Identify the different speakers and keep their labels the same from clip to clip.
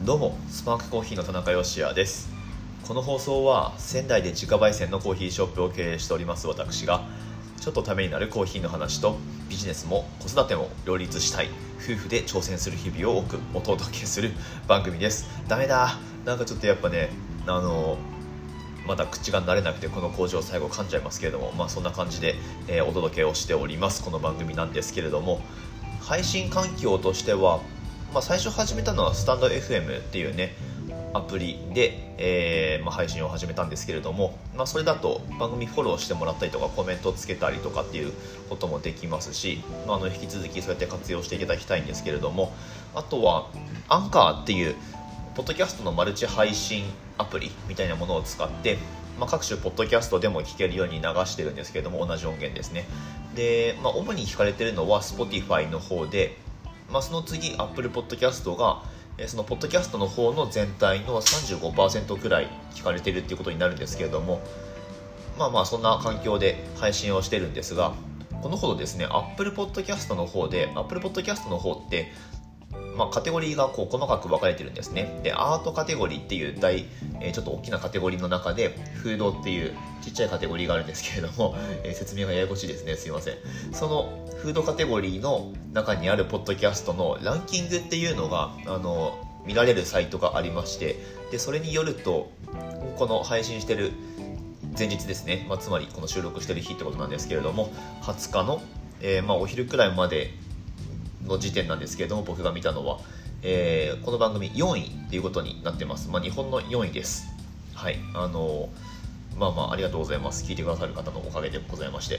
Speaker 1: どうも、スパークコーヒーの田中芳也です。この放送は仙台で自家焙煎のコーヒーショップを経営しております私が、ちょっとためになるコーヒーの話とビジネスも子育ても両立したい夫婦で挑戦する日々をお届けする番組です。ダメだ、なんかちょっとやっぱね、まだ口が慣れなくてこの工場最後噛んじゃいますけれども、そんな感じで、お届けをしております。この番組なんですけれども、配信環境としては、最初始めたのはスタンド FM っていうねアプリで、配信を始めたんですけれども、それだと番組フォローしてもらったりとかコメントをつけたりとかっていうこともできますし、引き続きそうやって活用していただきたいんですけれども、あとはアンカーっていうポッドキャストのマルチ配信アプリみたいなものを使って、各種ポッドキャストでも聞けるように流してるんですけれども、同じ音源ですね。で、主に聞かれてるのは Spotify の方で、その次 Apple Podcast がそのポッドキャストの方の全体の 35% くらい聞かれているっていうことになるんですけれども、そんな環境で配信をしてるんですが、このほどですね Apple Podcast の方で Apple Podcast の方ってカテゴリーが細かく分かれてるんですね。で、アートカテゴリーっていうちょっと大きなカテゴリーの中でフードっていうちっちゃいカテゴリーがあるんですけれども、説明がややこしいですね、すいません。そのフードカテゴリーの中にあるポッドキャストのランキングっていうのが見られるサイトがありまして、でそれによるとこの配信してる前日ですね、つまりこの収録してる日ってことなんですけれども、20日の、お昼くらいまでの時点なんですけれども、僕が見たのは、この番組4位っていうことになってます。日本の4位です。はい、ありがとうございます。聞いてくださる方のおかげでございまして、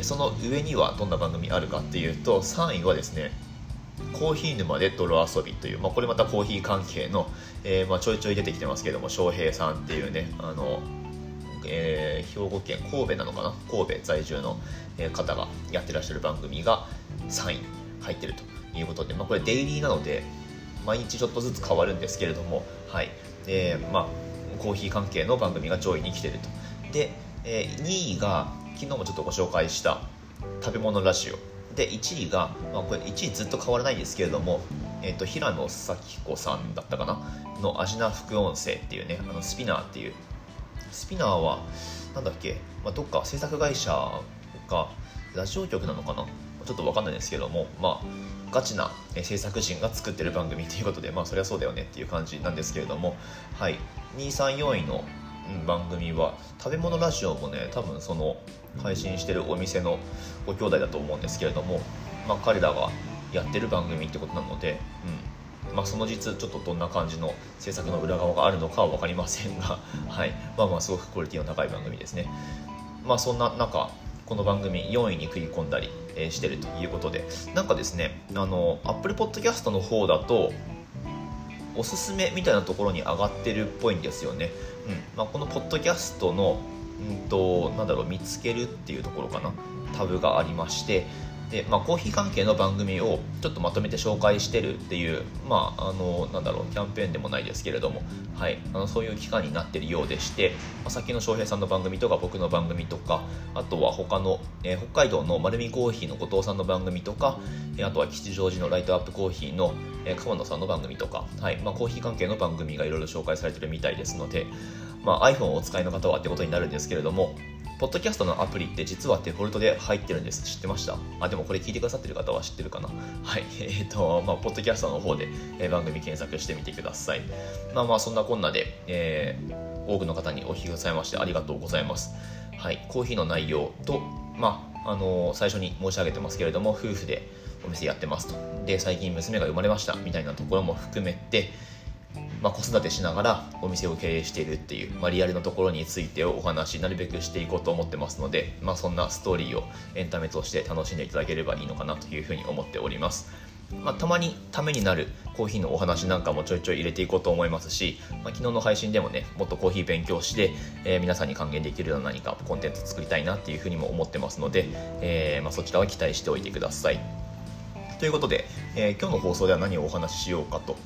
Speaker 1: その上にはどんな番組あるかっていうと、3位はですね、コーヒー沼で泥遊びという、これまたコーヒー関係の、ちょいちょい出てきてますけれども、翔平さんっていうね、兵庫県神戸なのかな、神戸在住の方がやってらっしゃる番組が3位入ってるということで、これデイリーなので毎日ちょっとずつ変わるんですけれども、はい、コーヒー関係の番組が上位に来てると。で、2位が昨日もちょっとご紹介した食べ物ラジオで、1位が、これ1位ずっと変わらないんですけれども、平野咲子さんだったかなのアジナ副音声っていうね、スピナーっていう、スピナーはなんだっけ、どっか制作会社がラジオ局なのかな、ちょっと分かんないですけども、ガチな制作陣が作ってる番組ということで、そりゃそうだよねっていう感じなんですけれども、はい、2、3、4位の番組は食べ物ラジオもね、多分その配信してるお店のご兄弟だと思うんですけれども、彼らがやってる番組ってことなので、その実ちょっとどんな感じの制作の裏側があるのかは分かりませんが、はい、すごくクオリティの高い番組ですね。そんな中この番組4位に食い込んだりしてるということで、なんかですね、Apple Podcast の方だとおすすめみたいなところに上がってるっぽいんですよね。このポッドキャストの見つけるっていうところかな、タブがありまして、で、コーヒー関係の番組をちょっとまとめて紹介してるっていう、キャンペーンでもないですけれども、はい、そういう期間になってるようでして、さっきの翔平さんの番組とか僕の番組とか、あとは他の、北海道の丸見コーヒーの後藤さんの番組とか、あとは吉祥寺のライトアップコーヒーの川野さんの番組とか、はい、コーヒー関係の番組がいろいろ紹介されてるみたいですので、iPhone をお使いの方はってことになるんですけれども、ポッドキャストのアプリって実はデフォルトで入ってるんです。知ってました？でもこれ聞いてくださってる方は知ってるかな。はい、ポッドキャストの方で、番組検索してみてください。そんなこんなで、多くの方にお聞きくださいましてありがとうございます。はい、コーヒーの内容と、最初に申し上げてますけれども、夫婦でお店やってますと。で、最近娘が生まれましたみたいなところも含めて、子育てしながらお店を経営しているっていう、リアルなところについてお話なるべくしていこうと思ってますので、そんなストーリーをエンタメとして楽しんでいただければいいのかなというふうに思っております。たまにためになるコーヒーのお話なんかもちょいちょい入れていこうと思いますし、昨日の配信でもね、もっとコーヒー勉強して、皆さんに還元できるような何かコンテンツ作りたいなっていうふうにも思ってますので、そちらは期待しておいてください。ということで、今日の放送では何をお話ししようかと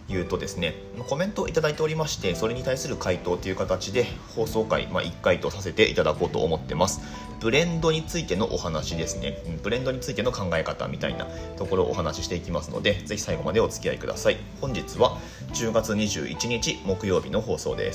Speaker 1: いうとですね、コメントをいただいておりまして、それに対する回答という形で放送回、1回とさせていただこうと思ってます。ブレンドについてのお話ですね。ブレンドについての考え方みたいなところをお話ししていきますので、ぜひ最後までお付き合いください。本日は10月21日木曜日の放送です。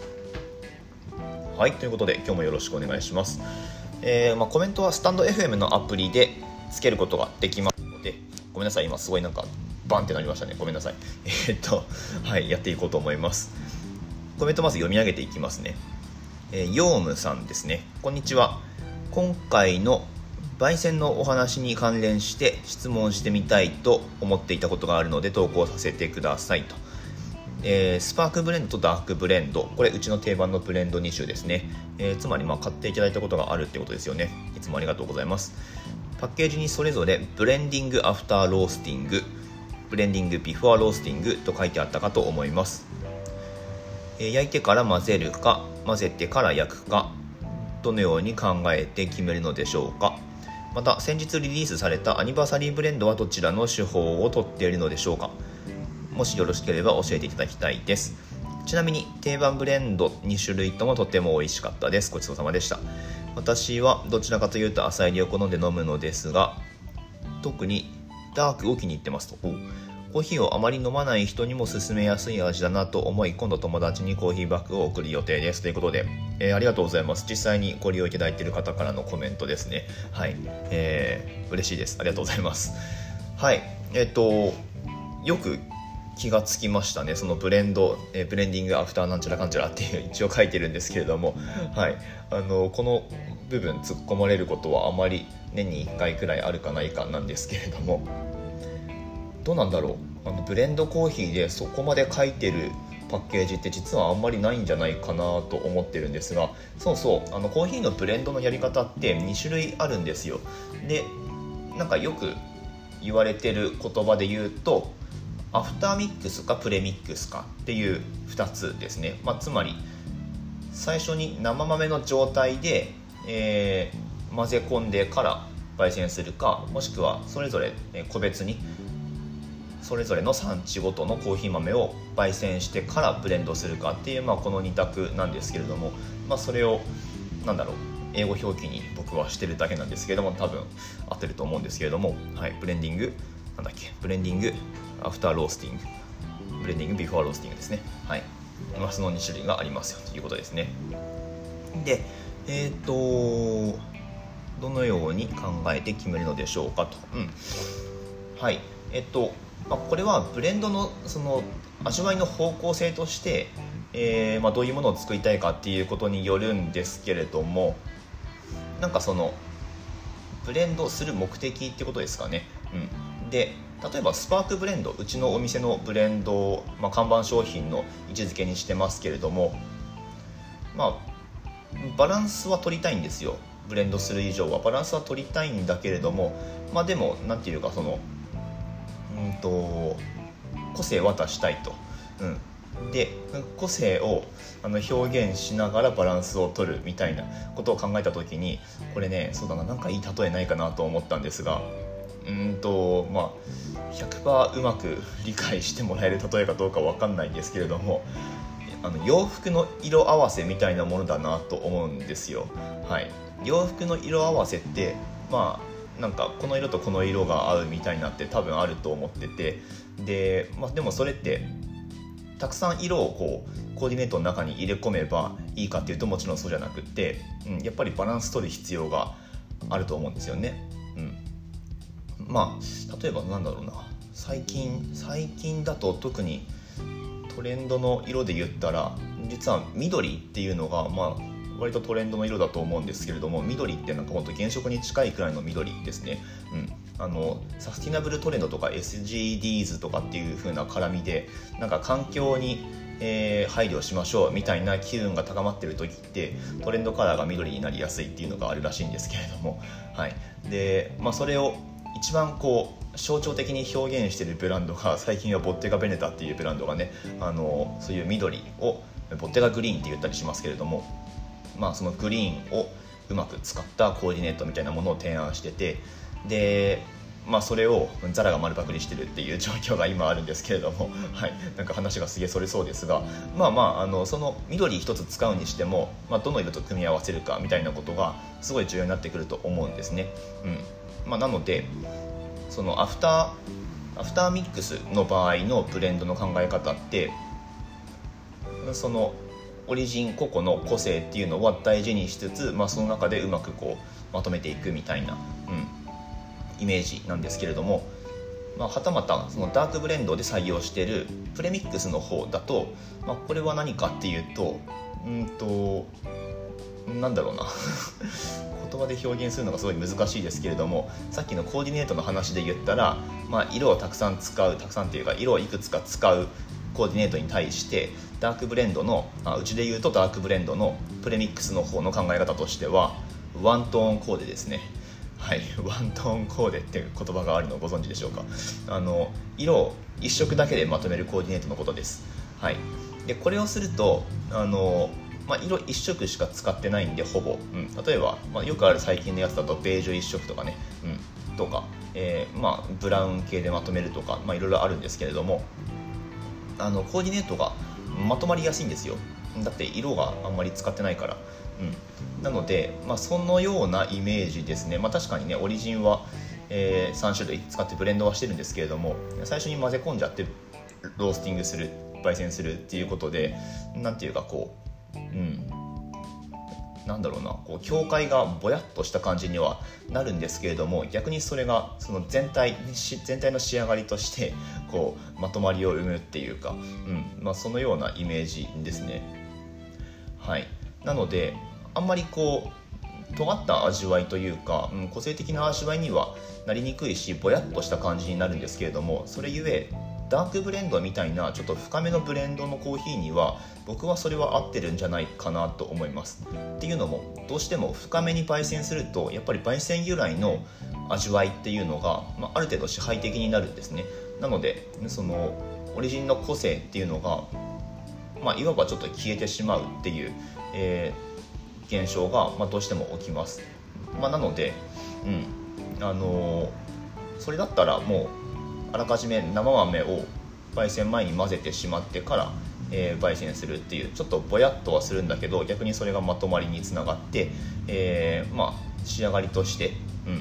Speaker 1: はい、ということで今日もよろしくお願いします。コメントはスタンド FM のアプリでつけることができますので、ごめんなさい、今すごいバンってなりましたね。ごめんなさい。はい、やっていこうと思います。コメントまず読み上げていきますね。ヨウムさんですね。こんにちは。今回の焙煎のお話に関連して質問してみたいと思っていたことがあるので投稿させてくださいと。スパークブレンドとダークブレンド、これうちの定番のブレンド2種ですね。つまり買っていただいたことがあるってことですよね。いつもありがとうございます。パッケージにそれぞれブレンディングアフターロースティング、ブレンディングビフォーロースティングと書いてあったかと思います。焼いてから混ぜるか混ぜてから焼くか、どのように考えて決めるのでしょうか。また先日リリースされたアニバーサリーブレンドはどちらの手法をとっているのでしょうか。もしよろしければ教えていただきたいです。ちなみに定番ブレンド2種類ともとても美味しかったです。ごちそうさまでした。私はどちらかというと浅入りを好んで飲むのですが、特にダークを気に入ってますと。コーヒーをあまり飲まない人にも勧めやすい味だなと思い、今度友達にコーヒーバッグを送る予定ですということで、ありがとうございます。実際にご利用いただいている方からのコメントですね。はい、嬉しいです。ありがとうございます。はい、よく気がつきましたね。そのブレンド、ブレンディングアフターなんちゃらかんちゃらっていう一応書いてるんですけれども、はい、この部分突っ込まれることはあまり年に1回くらいあるかないかなんですけれども、どうなんだろう。ブレンドコーヒーでそこまで書いてるパッケージって実はあんまりないんじゃないかなと思ってるんですが、そうコーヒーのブレンドのやり方って2種類あるんですよ。で、よく言われてる言葉で言うとアフターミックスかプレミックスかっていう2つですね。つまり最初に生豆の状態で、混ぜ込んでから焙煎するか、もしくはそれぞれ個別にそれぞれの産地ごとのコーヒー豆を焙煎してからブレンドするかっていう、この2択なんですけれども、それを英語表記に僕はしてるだけなんですけれども、多分合ってると思うんですけれども、はい、ブレンディングアフターロースティング、ブレンディングビフォーロースティングですね。はい、その2種類がありますよということですね。で、どのように考えて決めるのでしょうかと。はい、これはブレンドのその味わいの方向性として、どういうものを作りたいかっていうことによるんですけれども、そのブレンドする目的ってことですかね。で、例えばスパークブレンド、うちのお店のブレンドを、看板商品の位置づけにしてますけれども、バランスは取りたいんですよ。ブレンドする以上はバランスは取りたいんだけれども、でも個性は出したいと。で、個性を表現しながらバランスを取るみたいなことを考えたときに、これね、いい例えないかなと思ったんですが、100% うまく理解してもらえる例えかどうか分かんないんですけれども、洋服の色合わせみたいなものだなと思うんですよ。はい、洋服の色合わせってこの色とこの色が合うみたいなって多分あると思ってて、でもそれってたくさん色をコーディネートの中に入れ込めばいいかっていうと、もちろんそうじゃなくて、やっぱりバランス取る必要があると思うんですよね。例えば最近だと特にトレンドの色で言ったら、実は緑っていうのが割とトレンドの色だと思うんですけれども、緑って本当原色に近いくらいの緑ですね。サスティナブルトレンドとか SDGs とかっていう風な絡みで環境に配慮しましょうみたいな機運が高まっている時ってトレンドカラーが緑になりやすいっていうのがあるらしいんですけれども、はい、で、それを一番象徴的に表現しているブランドが、最近はボッテガベネタっていうブランドがね、そういう緑をボッテガグリーンって言ったりしますけれども、そのグリーンをうまく使ったコーディネートみたいなものを提案してて、でそれをザラが丸パクリしてるっていう状況が今あるんですけれども、はい、なんか話がすげえそれそうですが、その緑一つ使うにしても、どの色と組み合わせるかみたいなことがすごい重要になってくると思うんですね。なのでそのアフターミックスの場合のブレンドの考え方って、そのオリジン個々の個性っていうのは大事にしつつ、その中でうまくこうまとめていくみたいな、イメージなんですけれども、はたまたそのダークブレンドで採用しているプレミックスの方だと、これは何かっていうとなんだろうな言葉で表現するのがすごい難しいですけれども、さっきのコーディネートの話で言ったら、色をたくさんっていうか色をいくつか使うコーディネートに対してダークブレンドのうちで言うとダークブレンドのプレミックスの方の考え方としてはワントーンコーデですね。はい、ワントーンコーデっていう言葉があるのをご存知でしょうか。色を一色だけでまとめるコーディネートのことです。はい、でこれをすると色一色しか使ってないんでほぼ、例えば、よくある最近のやつだとベージュ一色とかね、とか、ブラウン系でまとめるとか、いろいろあるんですけれども、コーディネートがまとまりやすいんですよ。だって色があんまり使ってないから。なので、そのようなイメージですね。確かにねオリジンは、3種類使ってブレンドはしてるんですけれども、最初に混ぜ込んじゃってロースティングする、焙煎するっていうことで、なんていうかこうなんだろうな、こう境界がぼやっとした感じにはなるんですけれども、逆にそれがその全体の仕上がりとしてこうまとまりを生むっていうか、そのようなイメージですね。はい、なのであんまりこう尖った味わいというか、個性的な味わいにはなりにくいし、ぼやっとした感じになるんですけれども、それゆえダークブレンドみたいなちょっと深めのブレンドのコーヒーには僕はそれは合ってるんじゃないかなと思います。っていうのも、どうしても深めに焙煎するとやっぱり焙煎由来の味わいっていうのが、ある程度支配的になるんですね。なのでそのオリジンの個性っていうのが、いわばちょっと消えてしまうっていう、現象が、どうしても起きます。なので、それだったらもうあらかじめ生豆を焙煎前に混ぜてしまってから、焙煎するっていう、ちょっとぼやっとはするんだけど逆にそれがまとまりにつながって、仕上がりとして、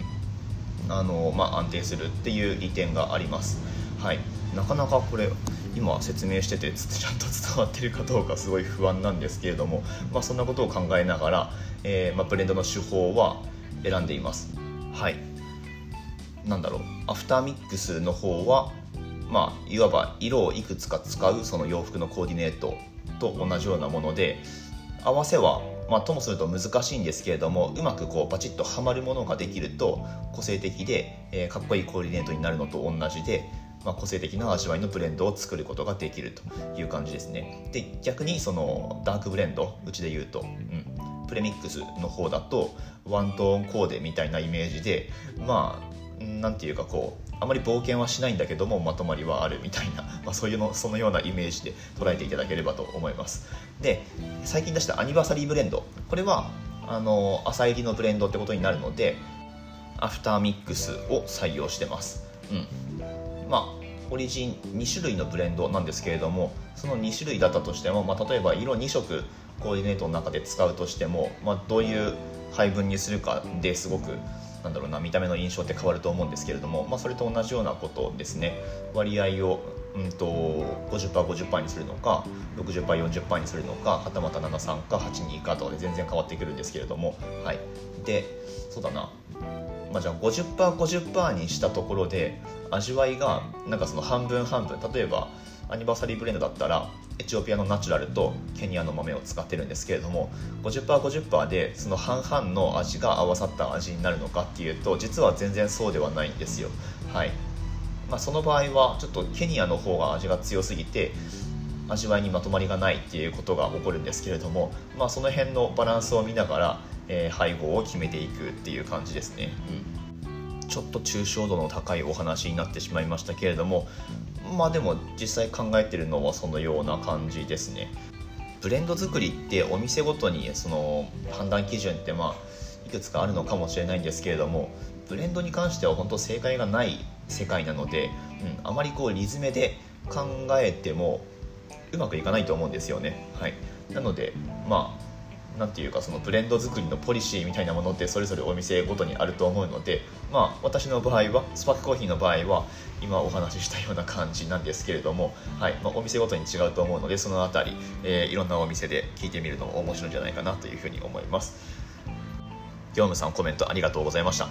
Speaker 1: 安定するっていう利点があります。はい、なかなかこれ今説明しててちゃんと伝わってるかどうかすごい不安なんですけれども、そんなことを考えながら、ブレンドの手法は選んでいます。はい、アフターミックスの方は、いわば色をいくつか使うその洋服のコーディネートと同じようなもので、合わせは、ともすると難しいんですけれども、うまくこうバチッとはまるものができると個性的で、かっこいいコーディネートになるのと同じで、個性的な味わいのブレンドを作ることができるという感じですね。で逆にそのダークブレンド、うちで言うと、プレミックスの方だとワントーンコーデみたいなイメージで、なんていうかこうあまり冒険はしないんだけどもまとまりはあるみたいな、そのようなイメージで捉えていただければと思います。で最近出したアニバーサリーブレンド、これは浅入りのブレンドってことになるのでアフターミックスを採用してます。オリジン2種類のブレンドなんですけれども、その2種類だったとしても、例えば色2色コーディネートの中で使うとしても、どういう配分にするかですごく見た目の印象って変わると思うんですけれども、それと同じようなことですね。割合を50%50% にするのか 60%40% にするのか、はたまた73か82かとかで全然変わってくるんですけれども、はい、でそうだな、じゃあ 50%50% にしたところで味わいがその半分半分、例えばアニバーサリーブレンドだったらエチオピアのナチュラルとケニアの豆を使ってるんですけれども、 50%50% でその半々の味が合わさった味になるのかっていうと、実は全然そうではないんですよ。はい、その場合はちょっとケニアの方が味が強すぎて味わいにまとまりがないっていうことが起こるんですけれども、その辺のバランスを見ながら、配合を決めていくっていう感じですね。ちょっと抽象度の高いお話になってしまいましたけれども、でも実際考えてるのはそのような感じですね。ブレンド作りってお店ごとにその判断基準っていくつかあるのかもしれないんですけれども、 ブレンドに関しては本当正解がない世界なので、あまりリズメで考えてもうまくいかないと思うんですよね。なのでなんていうか、そのブレンド作りのポリシーみたいなものってそれぞれお店ごとにあると思うので、私の場合はスパークコーヒーの場合は今お話ししたような感じなんですけれども、お店ごとに違うと思うので、そのあたり、いろんなお店で聞いてみるのも面白いんじゃないかなというふうに思います。業務さん、コメントありがとうございました。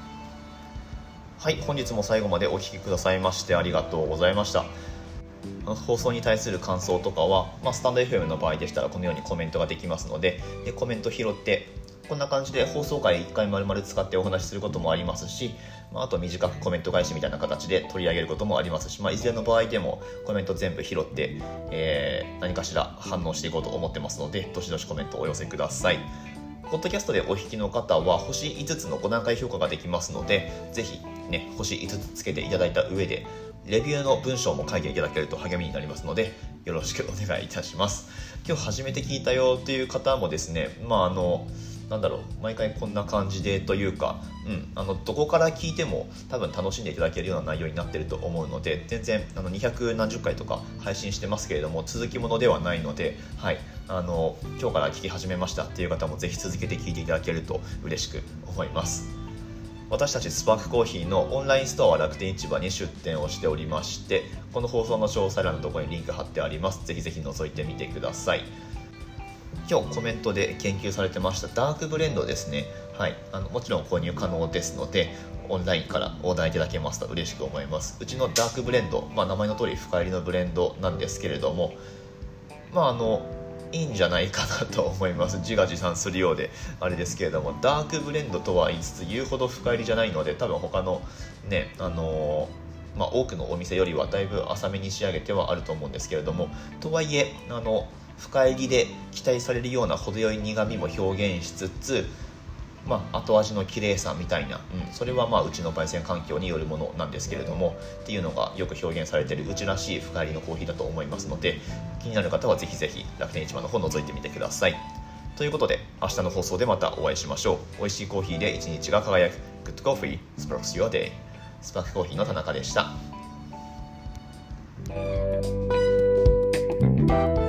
Speaker 1: 本日も最後までお聞きくださいましてありがとうございました。放送に対する感想とかは、スタンド FM の場合でしたらこのようにコメントができますので、コメント拾ってこんな感じで放送回1回丸々使ってお話しすることもありますし、あと短くコメント返しみたいな形で取り上げることもありますし、いずれの場合でもコメント全部拾って、何かしら反応していこうと思ってますので、どしどしコメントをお寄せください。ポッドキャストでお聞きの方は星5つの5段階評価ができますので、ぜひ星5つつけていただいた上でレビューの文章も書いていただけると励みになりますので、よろしくお願いいたします。今日初めて聞いたよという方もですね、毎回こんな感じでというか、どこから聞いても多分楽しんでいただけるような内容になっていると思うので、全然200何十回とか配信してますけれども続きものではないので、今日から聞き始めましたっていう方もぜひ続けて聞いていただけると嬉しく思います。私たちスパークコーヒーのオンラインストアは楽天市場に出店をしておりまして、この放送の詳細欄のところにリンク貼ってあります。ぜひぜひ覗いてみてください。今日コメントで研究されてましたダークブレンドですね。もちろん購入可能ですので、オンラインからオーダーいただけますと嬉しく思います。うちのダークブレンド、名前の通り深入りのブレンドなんですけれども、いいんじゃないかなと思います。自画自賛するようであれですけれども、ダークブレンドとは言いつつ言うほど深入りじゃないので、多分他の多くのお店よりはだいぶ浅めに仕上げてはあると思うんですけれども、とはいえ深入りで期待されるような程よい苦みも表現しつつ、後味の綺麗さみたいな、それはうちの焙煎環境によるものなんですけれどもっていうのがよく表現されているうちらしい深入りのコーヒーだと思いますので、気になる方はぜひぜひ楽天市場の方覗いてみてください。ということで、明日の放送でまたお会いしましょう。美味しいコーヒーで一日が輝く Good Coffee Sparks Your Day。 スパークコーヒーの田中でした。